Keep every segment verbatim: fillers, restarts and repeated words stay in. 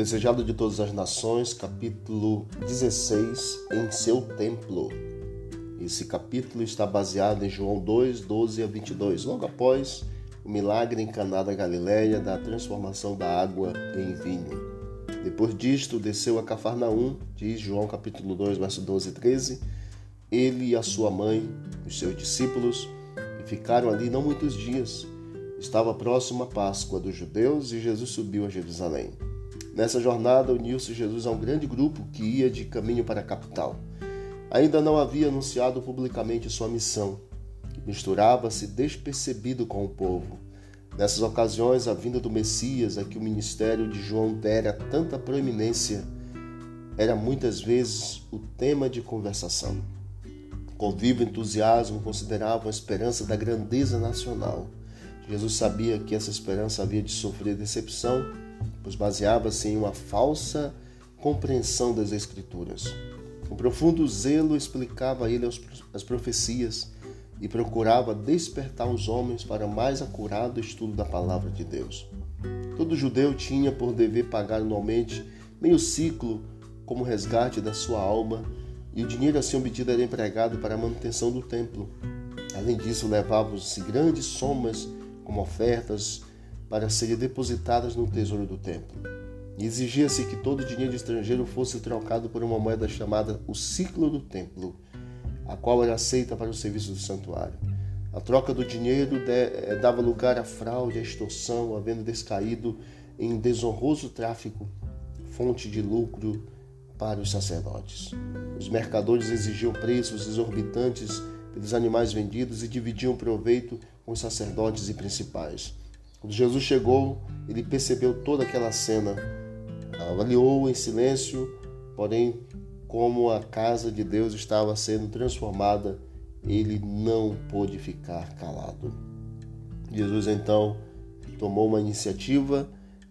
desejado de todas as nações, capítulo dezesseis, em seu templo. Esse capítulo está baseado em João dois, doze a vinte e dois, logo após o milagre em Caná da Galileia da transformação da água em vinho. Depois disto, desceu a Cafarnaum, diz João capítulo dois, verso doze e treze, ele e a sua mãe, os seus discípulos, e ficaram ali não muitos dias. Estava próxima a Páscoa dos judeus e Jesus subiu a Jerusalém. Nessa jornada, uniu-se Jesus a um grande grupo que ia de caminho para a capital. Ainda não havia anunciado publicamente sua missão. Misturava-se despercebido com o povo. Nessas ocasiões, a vinda do Messias, a que o ministério de João dera tanta proeminência, era muitas vezes o tema de conversação. Com vivo entusiasmo, consideravam a esperança da grandeza nacional. Jesus sabia que essa esperança havia de sofrer decepção, pois baseava-se em uma falsa compreensão das Escrituras. Com profundo zelo explicava a ele as profecias e procurava despertar os homens para o mais acurado estudo da palavra de Deus. Todo judeu tinha por dever pagar anualmente meio ciclo como resgate da sua alma, e o dinheiro assim obtido era empregado para a manutenção do templo. Além disso, levavam-se grandes somas como ofertas para serem depositadas no tesouro do templo. E exigia-se que todo o dinheiro estrangeiro fosse trocado por uma moeda chamada o ciclo do templo, a qual era aceita para o serviço do santuário. A troca do dinheiro de, dava lugar à fraude, à extorsão, havendo descaído em desonroso tráfico, fonte de lucro para os sacerdotes. Os mercadores exigiam preços exorbitantes pelos animais vendidos e dividiam proveito com os sacerdotes e principais. Quando Jesus chegou, ele percebeu toda aquela cena, avaliou em silêncio, porém, como a casa de Deus estava sendo transformada, ele não pôde ficar calado. Jesus então tomou uma iniciativa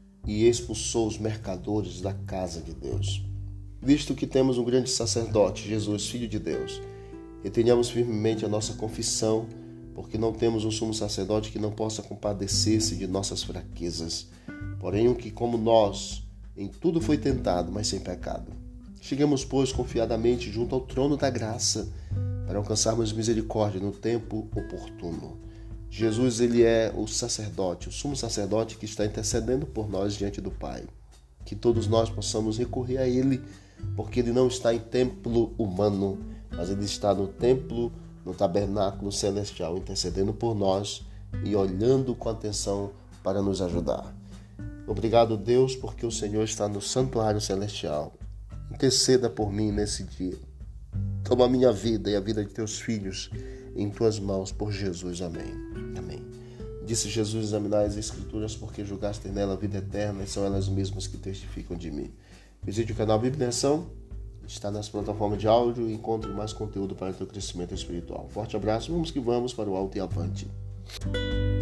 e expulsou os mercadores da casa de Deus. Visto que temos um grande sacerdote, Jesus, Filho de Deus, retenhamos firmemente a nossa confissão, porque não temos um sumo sacerdote que não possa compadecer-se de nossas fraquezas, porém um que, como nós, em tudo foi tentado, mas sem pecado. Cheguemos, pois, confiadamente junto ao trono da graça, para alcançarmos misericórdia no tempo oportuno. Jesus, ele é o sacerdote, o sumo sacerdote que está intercedendo por nós diante do Pai. Que todos nós possamos recorrer a ele, porque ele não está em templo humano, mas ele está no templo, no tabernáculo celestial, intercedendo por nós e olhando com atenção para nos ajudar. Obrigado, Deus, porque o Senhor está no santuário celestial. Interceda por mim nesse dia. Toma a minha vida e a vida de teus filhos em tuas mãos, por Jesus. Amém. Amém. Disse Jesus: examinai as Escrituras, porque julgaste nela a vida eterna, e são elas mesmas que testificam de mim. Visite o canal Bíblia em Ação, está nas plataformas de áudio e encontre mais conteúdo para o teu crescimento espiritual. Forte abraço, vamos que vamos para o alto e avante.